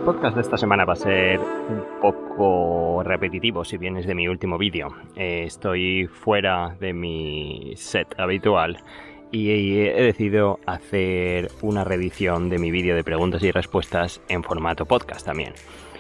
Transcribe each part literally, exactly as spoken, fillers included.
podcast de esta semana va a ser un poco repetitivo, si bien es de mi último vídeo. Eh, estoy fuera de mi set habitual y he decidido hacer una reedición de mi vídeo de preguntas y respuestas en formato podcast también.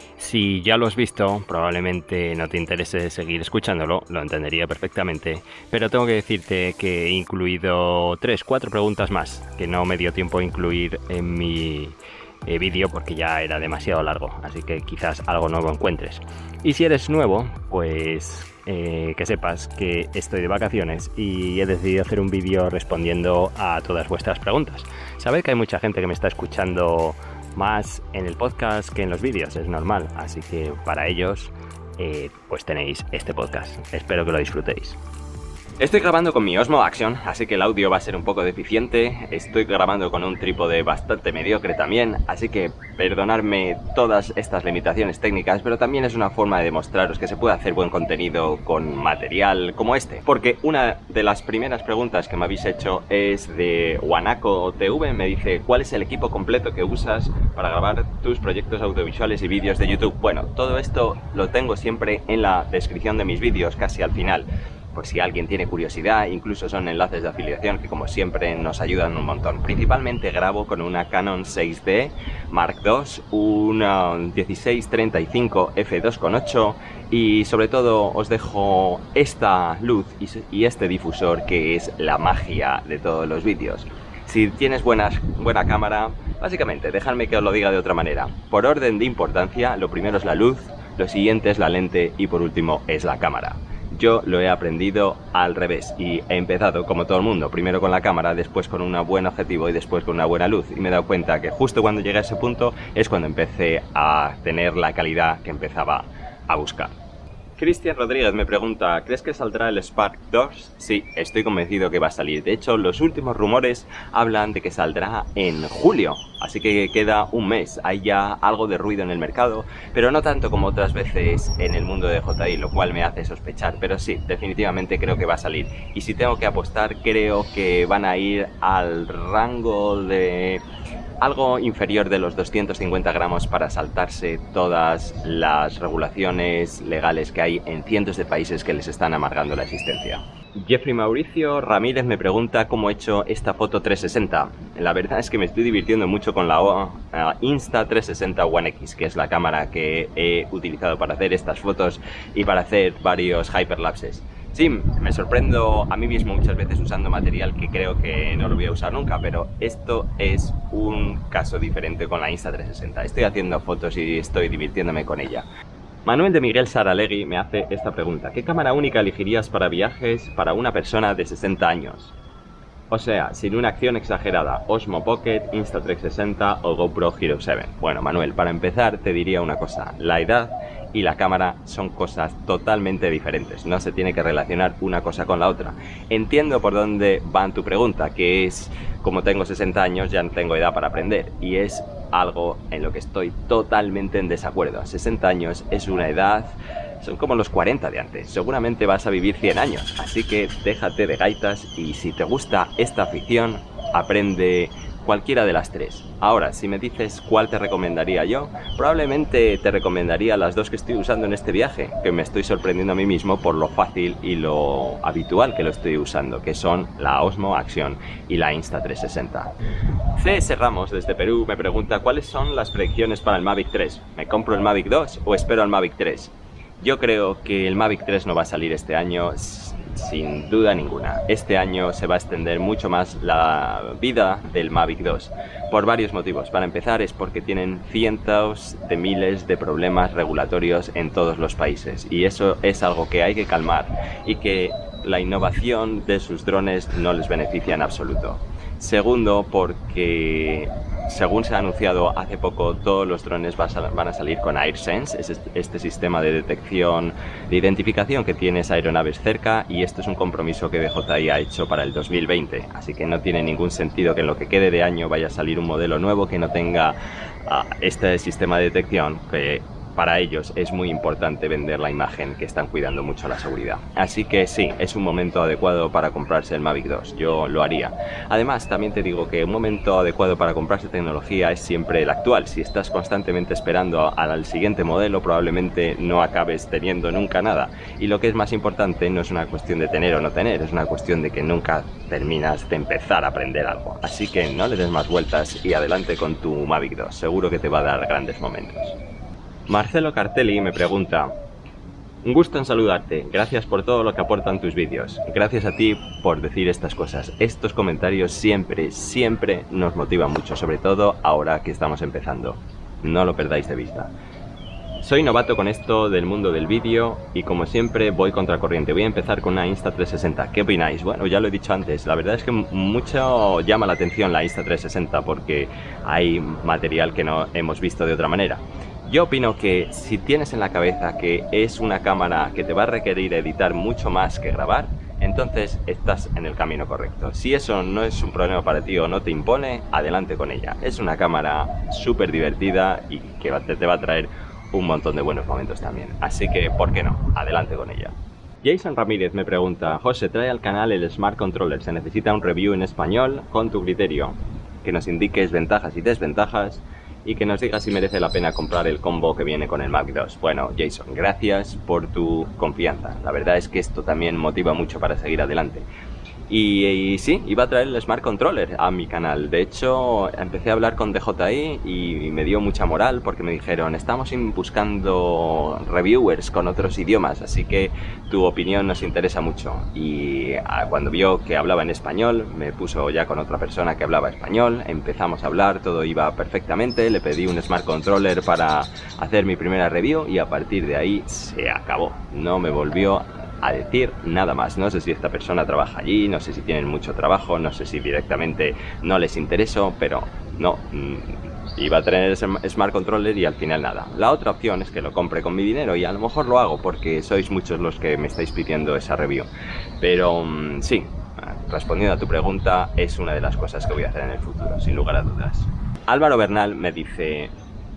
Si ya lo has visto, probablemente no te interese seguir escuchándolo, lo entendería perfectamente, pero tengo que decirte que he incluido tres, cuatro preguntas más que no me dio tiempo a incluir en mi eh, vídeo porque ya era demasiado largo, así que quizás algo nuevo encuentres. Y si eres nuevo, pues eh, que sepas que estoy de vacaciones y he decidido hacer un vídeo respondiendo a todas vuestras preguntas. Sabed que hay mucha gente que me está escuchando más en el podcast que en los vídeos, es normal, así que para ellos eh, pues tenéis este podcast. Espero que lo disfrutéis. Estoy grabando con mi Osmo Action, así que el audio va a ser un poco deficiente. Estoy grabando con un trípode bastante mediocre también, así que perdonadme todas estas limitaciones técnicas, pero también es una forma de demostraros que se puede hacer buen contenido con material como este. Porque una de las primeras preguntas que me habéis hecho es de Wanako T V, me dice ¿cuál es el equipo completo que usas para grabar tus proyectos audiovisuales y vídeos de YouTube? Bueno, todo esto lo tengo siempre en la descripción de mis vídeos, casi al final. Por si alguien tiene curiosidad, incluso son enlaces de afiliación que como siempre nos ayudan un montón. Principalmente grabo con una Canon seis D Mark dos, una dieciséis treinta y cinco efe dos punto ocho y sobre todo os dejo esta luz y este difusor que es la magia de todos los vídeos. Si tienes buenas, buena cámara, básicamente, dejadme que os lo diga de otra manera. Por orden de importancia, lo primero es la luz, lo siguiente es la lente y por último es la cámara. Yo lo he aprendido al revés y he empezado como todo el mundo, primero con la cámara, después con un buen objetivo y después con una buena luz, y me he dado cuenta que justo cuando llegué a ese punto es cuando empecé a tener la calidad que empezaba a buscar. Cristian Rodríguez me pregunta, ¿crees que saldrá el Spark dos? Sí, estoy convencido que va a salir. De hecho, los últimos rumores hablan de que saldrá en julio, así que queda un mes. Hay ya algo de ruido en el mercado, pero no tanto como otras veces en el mundo de J I, lo cual me hace sospechar. Pero sí, definitivamente creo que va a salir. Y si tengo que apostar, creo que van a ir al rango de algo inferior de los doscientos cincuenta gramos para saltarse todas las regulaciones legales que hay en cientos de países que les están amargando la existencia. Jeffrey Mauricio Ramírez me pregunta cómo he hecho esta foto trescientos sesenta. La verdad es que me estoy divirtiendo mucho con la uh, Insta trescientos sesenta One X, que es la cámara que he utilizado para hacer estas fotos y para hacer varios hyperlapses. Sí, me sorprendo a mí mismo muchas veces usando material que creo que no lo voy a usar nunca, pero esto es un caso diferente con la Insta trescientos sesenta. Estoy haciendo fotos y estoy divirtiéndome con ella. Manuel de Miguel Saralegui me hace esta pregunta. ¿Qué cámara única elegirías para viajes para una persona de sesenta años? O sea, sin una acción exagerada, Osmo Pocket, Insta trescientos sesenta o GoPro Hero siete. Bueno, Manuel, para empezar te diría una cosa. La edad y la cámara son cosas totalmente diferentes. No se tiene que relacionar una cosa con la otra. Entiendo por dónde va tu pregunta, que es, como tengo sesenta años, ya no tengo edad para aprender. Y es algo en lo que estoy totalmente en desacuerdo. sesenta años es una edad, son como los cuarenta de antes. Seguramente vas a vivir cien años. Así que déjate de gaitas y si te gusta esta afición, aprende cualquiera de las tres. Ahora, si me dices cuál te recomendaría yo, probablemente te recomendaría las dos que estoy usando en este viaje, que me estoy sorprendiendo a mí mismo por lo fácil y lo habitual que lo estoy usando, que son la Osmo Action y la Insta trescientos sesenta. C S Ramos desde Perú me pregunta cuáles son las predicciones para el Mavic tres. ¿Me compro el Mavic dos o espero al Mavic tres? Yo creo que el Mavic tres no va a salir este año, sin duda ninguna. Este año se va a extender mucho más la vida del Mavic dos, por varios motivos. Para empezar es porque tienen cientos de miles de problemas regulatorios en todos los países, y eso es algo que hay que calmar, y que la innovación de sus drones no les beneficia en absoluto. Segundo, porque según se ha anunciado hace poco, todos los drones van a salir con AirSense, es este sistema de detección, de identificación que tienes aeronaves cerca, y esto es un compromiso que D J I ha hecho para el dos mil veinte, así que no tiene ningún sentido que en lo que quede de año vaya a salir un modelo nuevo que no tenga uh, este sistema de detección, que para ellos es muy importante vender la imagen que están cuidando mucho la seguridad. Así que sí, es un momento adecuado para comprarse el Mavic dos, yo lo haría. Además, también te digo que un momento adecuado para comprarse tecnología es siempre el actual. Si estás constantemente esperando al siguiente modelo, probablemente no acabes teniendo nunca nada. Y lo que es más importante no es una cuestión de tener o no tener, es una cuestión de que nunca terminas de empezar a aprender algo. Así que no le des más vueltas y adelante con tu Mavic dos, seguro que te va a dar grandes momentos. Marcelo Cartelli me pregunta: un gusto en saludarte, gracias por todo lo que aportan tus vídeos, gracias a ti por decir estas cosas. Estos comentarios siempre, siempre nos motivan mucho, sobre todo ahora que estamos empezando. No lo perdáis de vista. Soy novato con esto del mundo del vídeo y como siempre voy contracorriente. Voy a empezar con una Insta360 sesenta. ¿Qué opináis? Bueno, ya lo he dicho antes, la verdad es que mucho llama la atención la Insta360 sesenta porque hay material que no hemos visto de otra manera. Yo opino que si tienes en la cabeza que es una cámara que te va a requerir editar mucho más que grabar, entonces estás en el camino correcto. Si eso no es un problema para ti o no te impone, adelante con ella. Es una cámara súper divertida y que te va a traer un montón de buenos momentos también. Así que, ¿por qué no? Adelante con ella. Jason Ramírez me pregunta: José, trae al canal el Smart Controller. Se necesita un review en español con tu criterio, que nos indiques ventajas y desventajas y que nos digas si merece la pena comprar el combo que viene con el Mavic dos. Bueno, Jason, gracias por tu confianza. La verdad es que esto también motiva mucho para seguir adelante. Y, y sí, iba a traer el Smart Controller a mi canal. De hecho, empecé a hablar con D J I y me dio mucha moral porque me dijeron: estamos buscando reviewers con otros idiomas, así que tu opinión nos interesa mucho. Y cuando vio que hablaba en español, me puso ya con otra persona que hablaba español, empezamos a hablar, todo iba perfectamente, le pedí un Smart Controller para hacer mi primera review y a partir de ahí se acabó. No me volvió a decir nada más. No sé si esta persona trabaja allí, no sé si tienen mucho trabajo, no sé si directamente no les interesó, pero no, iba a tener ese Smart Controller y al final nada. La otra opción es que lo compre con mi dinero y a lo mejor lo hago porque sois muchos los que me estáis pidiendo esa review. Pero sí, respondiendo a tu pregunta, es una de las cosas que voy a hacer en el futuro, sin lugar a dudas. Álvaro Bernal me dice: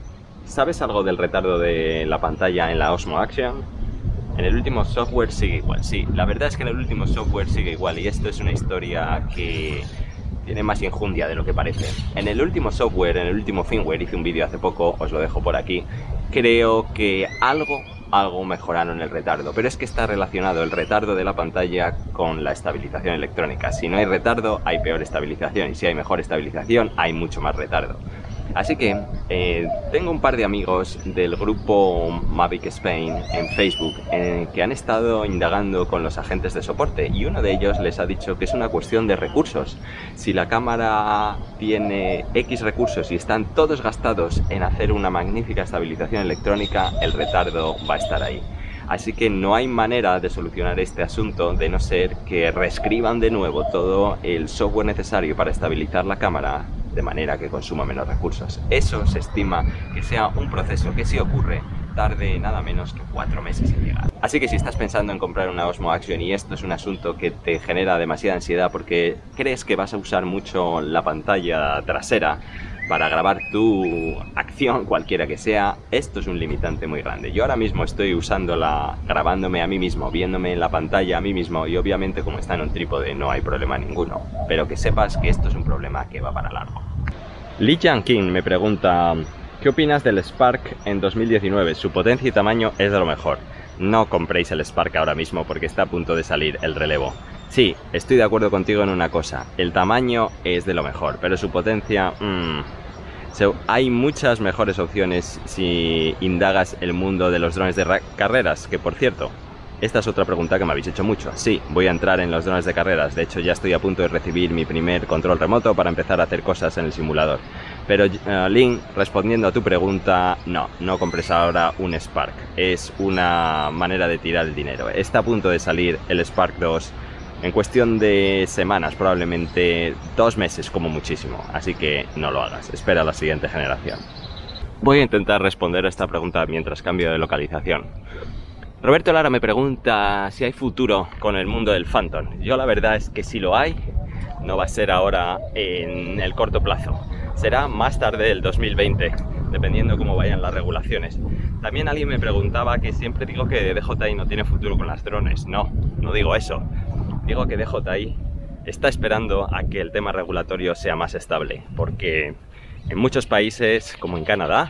¿sabes algo del retardo de la pantalla en la Osmo Action? En el último software sigue igual. Sí, la verdad es que en el último software sigue igual y esto es una historia que tiene más injundia de lo que parece. En el último software, en el último firmware, hice un vídeo hace poco, os lo dejo por aquí, creo que algo, algo mejoraron el retardo, pero es que está relacionado el retardo de la pantalla con la estabilización electrónica. Si no hay retardo, hay peor estabilización y si hay mejor estabilización, hay mucho más retardo. Así que eh, tengo un par de amigos del grupo Mavic Spain en Facebook eh, que han estado indagando con los agentes de soporte y uno de ellos les ha dicho que es una cuestión de recursos. Si la cámara tiene X recursos y están todos gastados en hacer una magnífica estabilización electrónica, el retardo va a estar ahí. Así que no hay manera de solucionar este asunto de no ser que reescriban de nuevo todo el software necesario para estabilizar la cámara de manera que consuma menos recursos. Eso se estima que sea un proceso que, si ocurre, tarde nada menos que cuatro meses en llegar. Así que si estás pensando en comprar una Osmo Action y esto es un asunto que te genera demasiada ansiedad porque crees que vas a usar mucho la pantalla trasera para grabar tu acción, cualquiera que sea, esto es un limitante muy grande. Yo ahora mismo estoy usándola, grabándome a mí mismo, viéndome en la pantalla a mí mismo y obviamente como está en un trípode no hay problema ninguno, pero que sepas que esto es un problema que va para largo. Lee Yang King me pregunta: ¿qué opinas del Spark en dos mil diecinueve? Su potencia y tamaño es de lo mejor. No compréis el Spark ahora mismo porque está a punto de salir el relevo. Sí, estoy de acuerdo contigo en una cosa, el tamaño es de lo mejor, pero su potencia... Mmm, so, hay muchas mejores opciones si indagas el mundo de los drones de carreras, que por cierto, esta es otra pregunta que me habéis hecho mucho. Sí, voy a entrar en los drones de carreras, de hecho ya estoy a punto de recibir mi primer control remoto para empezar a hacer cosas en el simulador. Pero uh, Link, respondiendo a tu pregunta, no, no compres ahora un Spark, es una manera de tirar el dinero. Está a punto de salir el Spark dos en cuestión de semanas, probablemente dos meses como muchísimo, así que no lo hagas, espera a la siguiente generación. Voy a intentar responder a esta pregunta mientras cambio de localización. Roberto Lara me pregunta si hay futuro con el mundo del Phantom. Yo la verdad es que si lo hay, no va a ser ahora en el corto plazo. Será más tarde del dos mil veinte. dependiendo cómo vayan las regulaciones. También alguien me preguntaba que siempre digo que D J I no tiene futuro con las drones. No, no digo eso. Digo que D J I está esperando a que el tema regulatorio sea más estable, porque en muchos países, como en Canadá,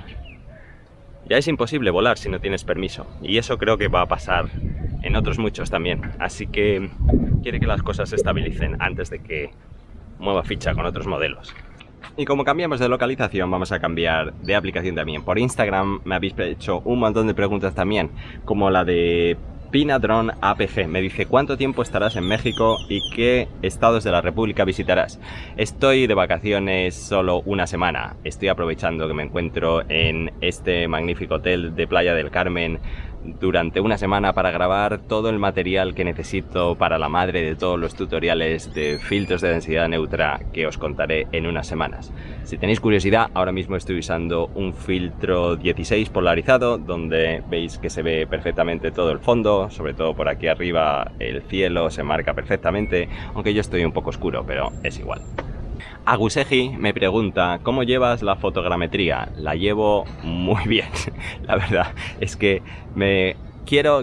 ya es imposible volar si no tienes permiso, y eso creo que va a pasar en otros muchos también. Así que quiere que las cosas se estabilicen antes de que mueva ficha con otros modelos. Y como cambiamos de localización, vamos a cambiar de aplicación también. Por Instagram me habéis hecho un montón de preguntas también, como la de Pinadron A P G. Me dice: ¿cuánto tiempo estarás en México y qué estados de la República visitarás? Estoy de vacaciones solo una semana. Estoy aprovechando que me encuentro en este magnífico hotel de Playa del Carmen durante una semana para grabar todo el material que necesito para la madre de todos los tutoriales de filtros de densidad neutra que os contaré en unas semanas. Si tenéis curiosidad, ahora mismo estoy usando un filtro dieciséis polarizado, donde veis que se ve perfectamente todo el fondo, sobre todo por aquí arriba el cielo se marca perfectamente, aunque yo estoy un poco oscuro, pero es igual. Agusegi me pregunta: ¿cómo llevas la fotogrametría? La llevo muy bien. La verdad es que me quiero...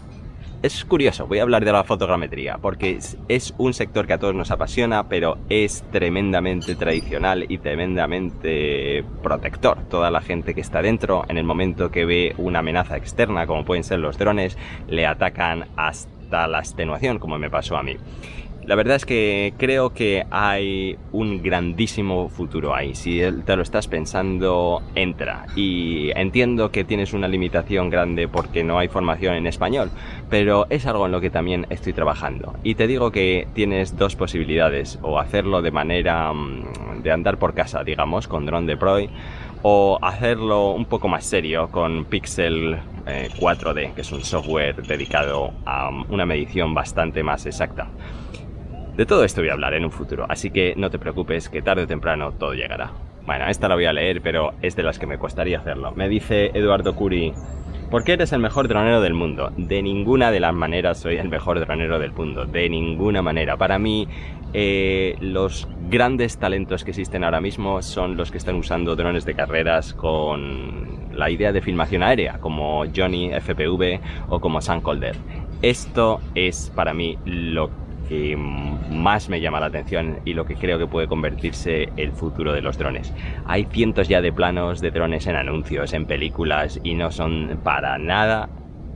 Es curioso, voy a hablar de la fotogrametría, porque es un sector que a todos nos apasiona, pero es tremendamente tradicional y tremendamente protector. Toda la gente que está dentro, en el momento que ve una amenaza externa, como pueden ser los drones, le atacan hasta la extenuación, como me pasó a mí. La verdad es que creo que hay un grandísimo futuro ahí. Si te lo estás pensando, entra. Y entiendo que tienes una limitación grande porque no hay formación en español, pero es algo en lo que también estoy trabajando. Y te digo que tienes dos posibilidades: o hacerlo de manera de andar por casa, digamos, con Drone Deploy, o hacerlo un poco más serio con Pixel eh, cuatro D, que es un software dedicado a una medición bastante más exacta. De todo esto voy a hablar en un futuro, así que no te preocupes, que tarde o temprano todo llegará. Bueno, esta la voy a leer, pero es de las que me costaría hacerlo. Me dice Eduardo Curi: ¿por qué eres el mejor dronero del mundo? De ninguna de las maneras soy el mejor dronero del mundo, de ninguna manera. Para mí, eh, los grandes talentos que existen ahora mismo son los que están usando drones de carreras con la idea de filmación aérea, como Johnny F P V o como Sam Calder. Esto es para mí lo que que más me llama la atención y lo que creo que puede convertirse el futuro de los drones. Hay cientos ya de planos de drones en anuncios, en películas, y no son para nada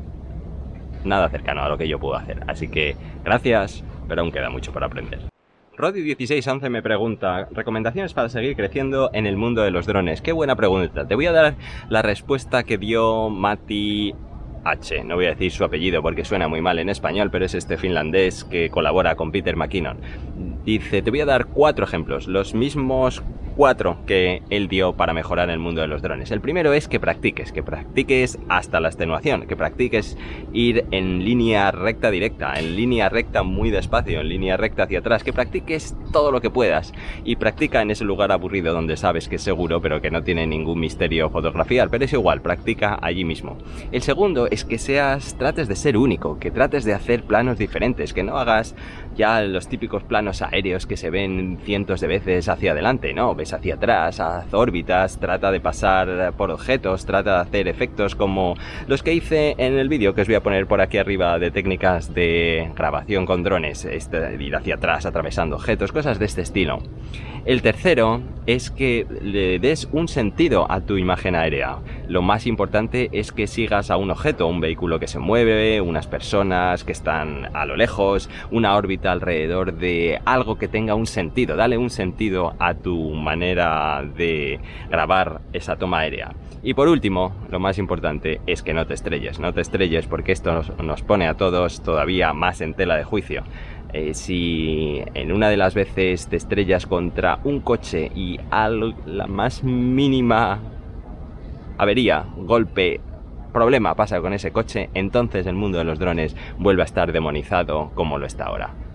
nada cercano a lo que yo puedo hacer. Así que gracias, pero aún queda mucho por aprender. Rodi dieciséis once me pregunta: recomendaciones para seguir creciendo en el mundo de los drones. Qué buena pregunta. Te voy a dar la respuesta que dio Matti H. No voy a decir su apellido porque suena muy mal en español, pero es este finlandés que colabora con Peter McKinnon. Dice: te voy a dar cuatro ejemplos, los mismos cuatro que él dio para mejorar el mundo de los drones. El primero es que practiques, que practiques hasta la extenuación, que practiques ir en línea recta directa, en línea recta muy despacio, en línea recta hacia atrás, que practiques todo lo que puedas y practica en ese lugar aburrido donde sabes que es seguro pero que no tiene ningún misterio fotografiar, pero es igual, practica allí mismo. El segundo es que seas, trates de ser único, que trates de hacer planos diferentes, que no hagas ya los típicos planos aéreos que se ven cientos de veces hacia adelante, no, ves hacia atrás, haz órbitas, trata de pasar por objetos, trata de hacer efectos como los que hice en el vídeo que os voy a poner por aquí arriba de técnicas de grabación con drones, este, ir hacia atrás atravesando objetos, cosas de este estilo. El tercero es que le des un sentido a tu imagen aérea. Lo más importante es que sigas a un objeto, un vehículo que se mueve, unas personas que están a lo lejos, una órbita alrededor de algo que tenga un sentido. Dale un sentido a tu manera de grabar esa toma aérea. Y por último, lo más importante es que no te estrelles, no te estrelles porque esto nos, nos pone a todos todavía más en tela de juicio. Eh, si en una de las veces te estrellas contra un coche y a la más mínima avería, golpe, problema pasa con ese coche, entonces el mundo de los drones vuelve a estar demonizado como lo está ahora.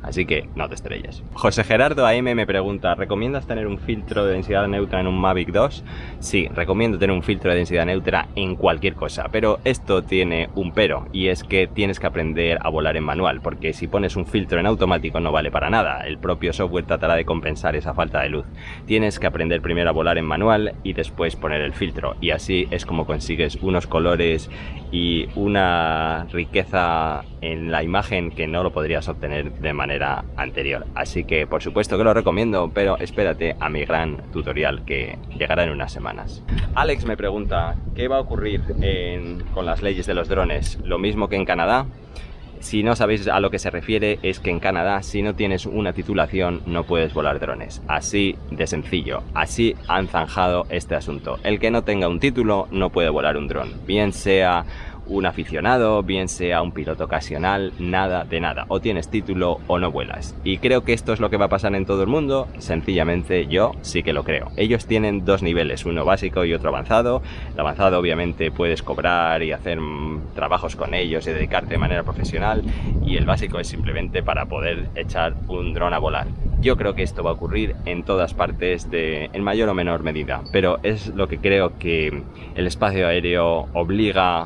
así que no te estrelles. José Gerardo A M me pregunta, ¿recomiendas tener un filtro de densidad neutra en un Mavic dos? Sí, recomiendo tener un filtro de densidad neutra en cualquier cosa, pero esto tiene un pero, y es que tienes que aprender a volar en manual, porque si pones un filtro en automático no vale para nada, el propio software tratará de compensar esa falta de luz. Tienes que aprender primero a volar en manual y después poner el filtro, y así es como consigues unos colores y una riqueza en la imagen que no lo podrías obtener de manera anterior. Así que por supuesto que lo recomiendo, pero espérate a mi gran tutorial que llegará en unas semanas. Alex me pregunta, ¿qué va a ocurrir en, con las leyes de los drones? ¿Lo mismo que en Canadá? Si no sabéis a lo que se refiere, es que en Canadá, si no tienes una titulación, no puedes volar drones. Así de sencillo. Así han zanjado este asunto. El que no tenga un título no puede volar un dron. Bien sea un aficionado, bien sea un piloto ocasional, nada de nada. O tienes título o no vuelas. Y creo que esto es lo que va a pasar en todo el mundo. Sencillamente yo sí que lo creo. Ellos tienen dos niveles, uno básico y otro avanzado. El avanzado obviamente puedes cobrar y hacer mmm, trabajos con ellos y dedicarte de manera profesional. Y el básico es simplemente para poder echar un dron a volar. Yo creo que esto va a ocurrir en todas partes de, en mayor o menor medida. Pero es lo que creo que el espacio aéreo obliga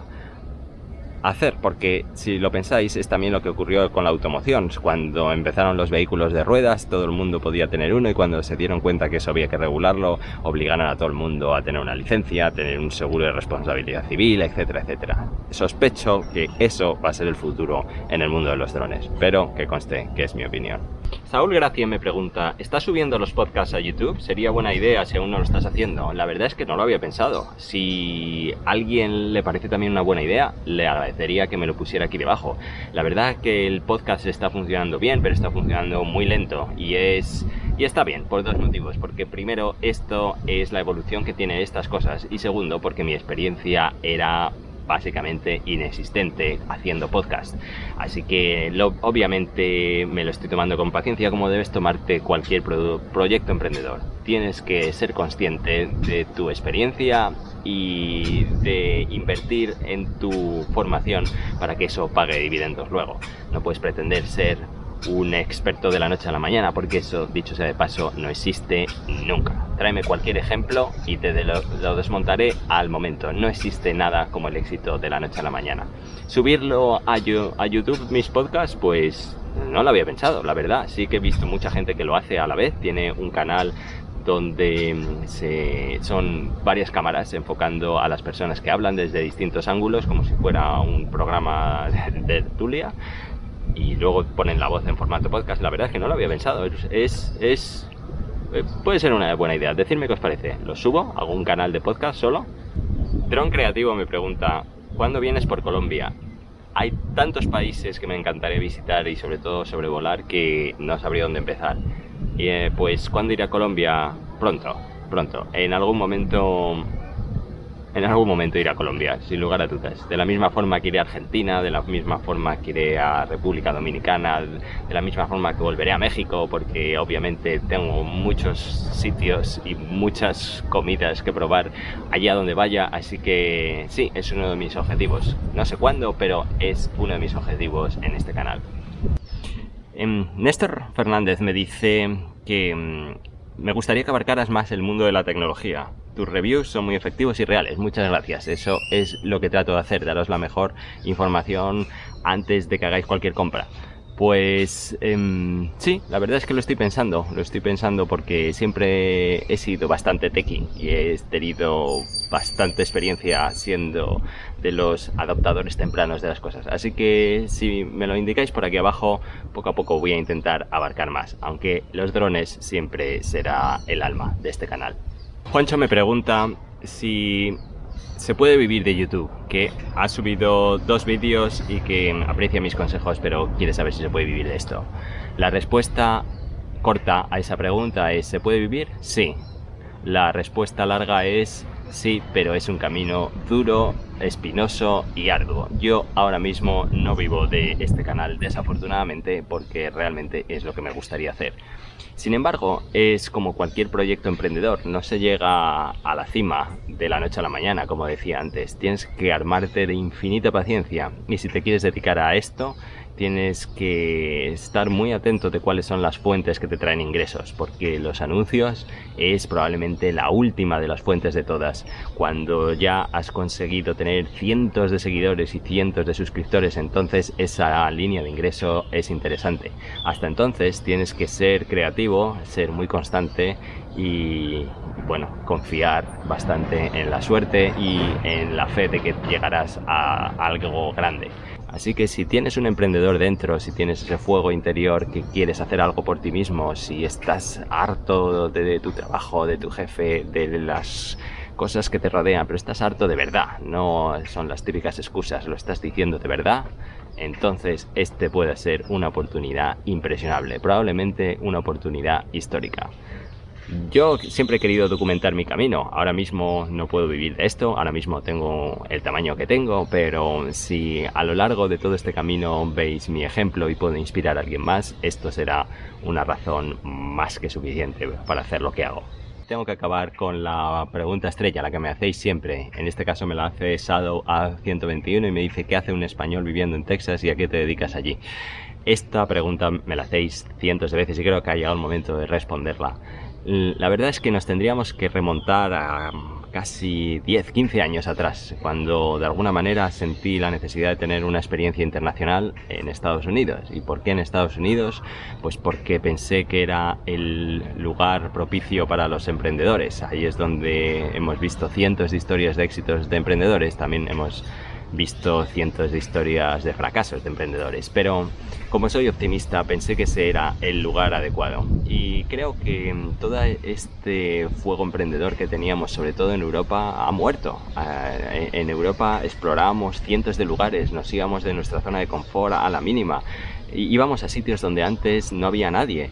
hacer, porque si lo pensáis es también lo que ocurrió con la automoción. Cuando empezaron los vehículos de ruedas todo el mundo podía tener uno, y cuando se dieron cuenta que eso había que regularlo, obligaron a todo el mundo a tener una licencia, a tener un seguro de responsabilidad civil, etcétera, etcétera. Sospecho que eso va a ser el futuro en el mundo de los drones, pero que conste que es mi opinión. Saúl Gracia me pregunta, ¿estás subiendo los podcasts a YouTube? Sería buena idea si aún no lo estás haciendo. La verdad es que no lo había pensado. Si a alguien le parece también una buena idea, le agradecería que me lo pusiera aquí debajo. La verdad que el podcast está funcionando bien, pero está funcionando muy lento, y es... Y está bien, por dos motivos. Porque primero, esto es la evolución que tiene estas cosas, y segundo, porque mi experiencia era básicamente inexistente haciendo podcast. Así que lo, obviamente me lo estoy tomando con paciencia, como debes tomarte cualquier pro, proyecto emprendedor. Tienes que ser consciente de tu experiencia y de invertir en tu formación para que eso pague dividendos luego. No puedes pretender ser un experto de la noche a la mañana, porque eso, dicho sea de paso, no existe nunca. Tráeme cualquier ejemplo y te lo, lo desmontaré al momento. No existe nada como el éxito de la noche a la mañana. Subirlo a, a YouTube, mis podcasts, pues no lo había pensado, la verdad. Sí que he visto mucha gente que lo hace a la vez. Tiene un canal donde se, son varias cámaras enfocando a las personas que hablan desde distintos ángulos, como si fuera un programa de, de tertulia, y luego ponen la voz en formato podcast. La verdad es que no lo había pensado. Es, es puede ser una buena idea. Decidme qué os parece. ¿Lo subo? ¿Hago un canal de podcast solo? Dron Creativo me pregunta, ¿cuándo vienes por Colombia? Hay tantos países que me encantaría visitar y sobre todo sobrevolar que no sabría dónde empezar. Y, eh, pues, ¿cuándo iré a Colombia? Pronto, pronto. En algún momento... En algún momento iré a Colombia, sin lugar a dudas. De la misma forma que iré a Argentina, de la misma forma que iré a República Dominicana, de la misma forma que volveré a México, porque obviamente tengo muchos sitios y muchas comidas que probar allá donde vaya, así que sí, es uno de mis objetivos. No sé cuándo, pero es uno de mis objetivos en este canal. Eh, Néstor Fernández me dice que eh, me gustaría que abarcaras más el mundo de la tecnología. Tus reviews son muy efectivos y reales. Muchas gracias. Eso es lo que trato de hacer, daros la mejor información antes de que hagáis cualquier compra. Pues eh, sí, la verdad es que lo estoy pensando. Lo estoy pensando porque siempre he sido bastante techie y he tenido bastante experiencia siendo de los adoptadores tempranos de las cosas. Así que si me lo indicáis por aquí abajo, poco a poco voy a intentar abarcar más. Aunque los drones siempre será el alma de este canal. Juancho me pregunta si se puede vivir de YouTube, que ha subido dos vídeos y que aprecia mis consejos, pero quiere saber si se puede vivir de esto. La respuesta corta a esa pregunta es ¿se puede vivir? Sí. La respuesta larga es sí, pero es un camino duro, espinoso y arduo. Yo ahora mismo no vivo de este canal, desafortunadamente, porque realmente es lo que me gustaría hacer. Sin embargo, es como cualquier proyecto emprendedor, no se llega a la cima de la noche a la mañana, como decía antes. Tienes que armarte de infinita paciencia, y si te quieres dedicar a esto, tienes que estar muy atento de cuáles son las fuentes que te traen ingresos, porque los anuncios es probablemente la última de las fuentes de todas. Cuando ya has conseguido tener cientos de seguidores y cientos de suscriptores, entonces esa línea de ingreso es interesante. Hasta entonces tienes que ser creativo, ser muy constante y, bueno, confiar bastante en la suerte y en la fe de que llegarás a algo grande. Así que si tienes un emprendedor dentro, si tienes ese fuego interior que quieres hacer algo por ti mismo, si estás harto de, de tu trabajo, de tu jefe, de las cosas que te rodean, pero estás harto de verdad, no son las típicas excusas, lo estás diciendo de verdad, entonces este puede ser una oportunidad impresionable, probablemente una oportunidad histórica. Yo siempre he querido documentar mi camino. Ahora mismo no puedo vivir de esto, ahora mismo tengo el tamaño que tengo, pero si a lo largo de todo este camino veis mi ejemplo y puedo inspirar a alguien más, esto será una razón más que suficiente para hacer lo que hago. Tengo que acabar con la pregunta estrella, la que me hacéis siempre. En este caso me la hace Shadow A ciento veintiuno y me dice: ¿qué hace un español viviendo en Texas y a qué te dedicas allí? Esta pregunta me la hacéis cientos de veces y creo que ha llegado el momento de responderla. La verdad es que nos tendríamos que remontar a casi diez, quince años atrás, cuando de alguna manera sentí la necesidad de tener una experiencia internacional en Estados Unidos. ¿Y por qué en Estados Unidos? Pues porque pensé que era el lugar propicio para los emprendedores. Ahí es donde hemos visto cientos de historias de éxitos de emprendedores, también hemos visto cientos de historias de fracasos de emprendedores, pero como soy optimista pensé que ese era el lugar adecuado y creo que todo este fuego emprendedor que teníamos, sobre todo en Europa, ha muerto. En Europa explorábamos cientos de lugares, nos íbamos de nuestra zona de confort a la mínima, íbamos a sitios donde antes no había nadie.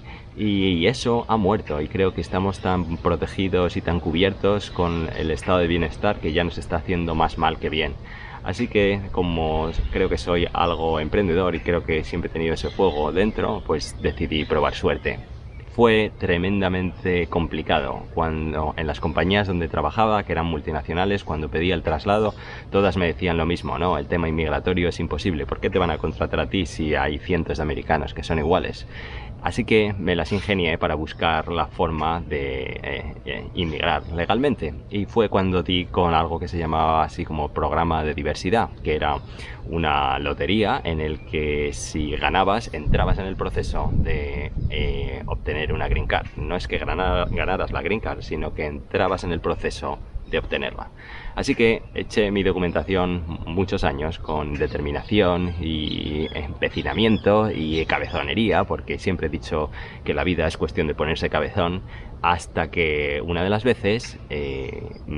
Y eso ha muerto y creo que estamos tan protegidos y tan cubiertos con el estado de bienestar que ya nos está haciendo más mal que bien. Así que, como creo que soy algo emprendedor y creo que siempre he tenido ese fuego dentro, pues decidí probar suerte. Fue tremendamente complicado. Cuando en las compañías donde trabajaba, que eran multinacionales, cuando pedía el traslado, todas me decían lo mismo, ¿no? El tema inmigratorio es imposible. ¿Por qué te van a contratar a ti si hay cientos de americanos que son iguales? Así que me las ingenié para buscar la forma de eh, eh, inmigrar legalmente. Y fue cuando di con algo que se llamaba así como programa de diversidad, que era una lotería en el que si ganabas, entrabas en el proceso de eh, obtener una green card. No es que ganara, ganaras la green card, sino que entrabas en el proceso de obtenerla. Así que eché mi documentación muchos años con determinación y empecinamiento y cabezonería, porque siempre he dicho que la vida es cuestión de ponerse cabezón, hasta que una de las veces, eh,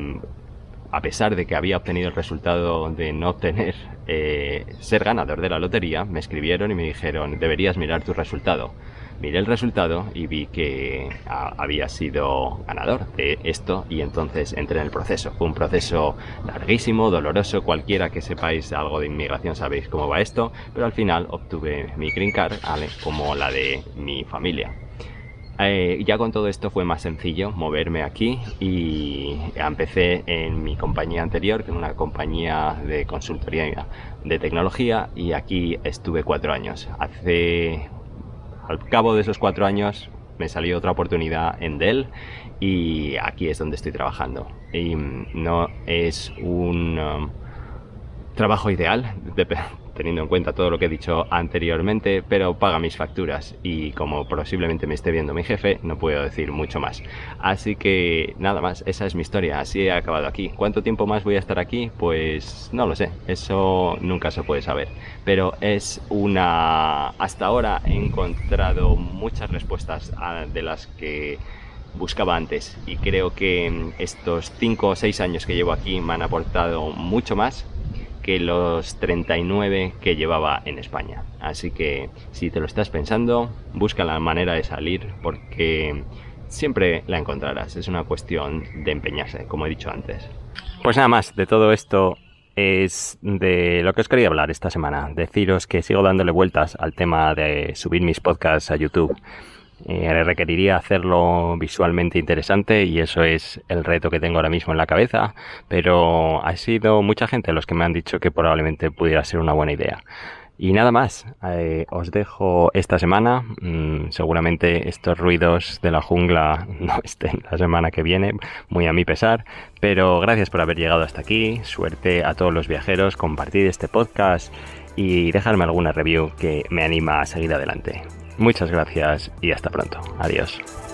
a pesar de que había obtenido el resultado de no obtener eh, ser ganador de la lotería, me escribieron y me dijeron: deberías mirar tu resultado. Miré el resultado y vi que a, había sido ganador de esto y entonces entré en el proceso. Fue un proceso larguísimo, doloroso, cualquiera que sepáis algo de inmigración sabéis cómo va esto, pero al final obtuve mi green card, ¿vale?, como la de mi familia. Eh, ya con todo esto fue más sencillo moverme aquí y empecé en mi compañía anterior, que era una compañía de consultoría de tecnología, y aquí estuve cuatro años. Hace... Al cabo de esos cuatro años me salió otra oportunidad en Dell y aquí es donde estoy trabajando. Y no es un um, trabajo ideal, de, teniendo en cuenta todo lo que he dicho anteriormente, pero paga mis facturas y como posiblemente me esté viendo mi jefe, no puedo decir mucho más. Así que nada más, esa es mi historia, así he acabado aquí. ¿Cuánto tiempo más voy a estar aquí? Pues no lo sé, eso nunca se puede saber. Pero es una... Hasta ahora he encontrado muchas respuestas de las que buscaba antes y creo que estos cinco o seis años que llevo aquí me han aportado mucho más que los treinta y nueve que llevaba en España. Así que si te lo estás pensando, busca la manera de salir porque siempre la encontrarás. Es una cuestión de empeñarse, como he dicho antes. Pues nada más, de todo esto es de lo que os quería hablar esta semana. Deciros que sigo dándole vueltas al tema de subir mis podcasts a YouTube. Eh, requeriría hacerlo visualmente interesante y eso es el reto que tengo ahora mismo en la cabeza, pero ha sido mucha gente los que me han dicho que probablemente pudiera ser una buena idea. Y nada más, eh, os dejo esta semana. Mm, seguramente estos ruidos de la jungla no estén la semana que viene, muy a mi pesar. Pero gracias por haber llegado hasta aquí. Suerte a todos los viajeros. Compartid este podcast y dejadme alguna review que me anima a seguir adelante. Muchas gracias y hasta pronto. Adiós.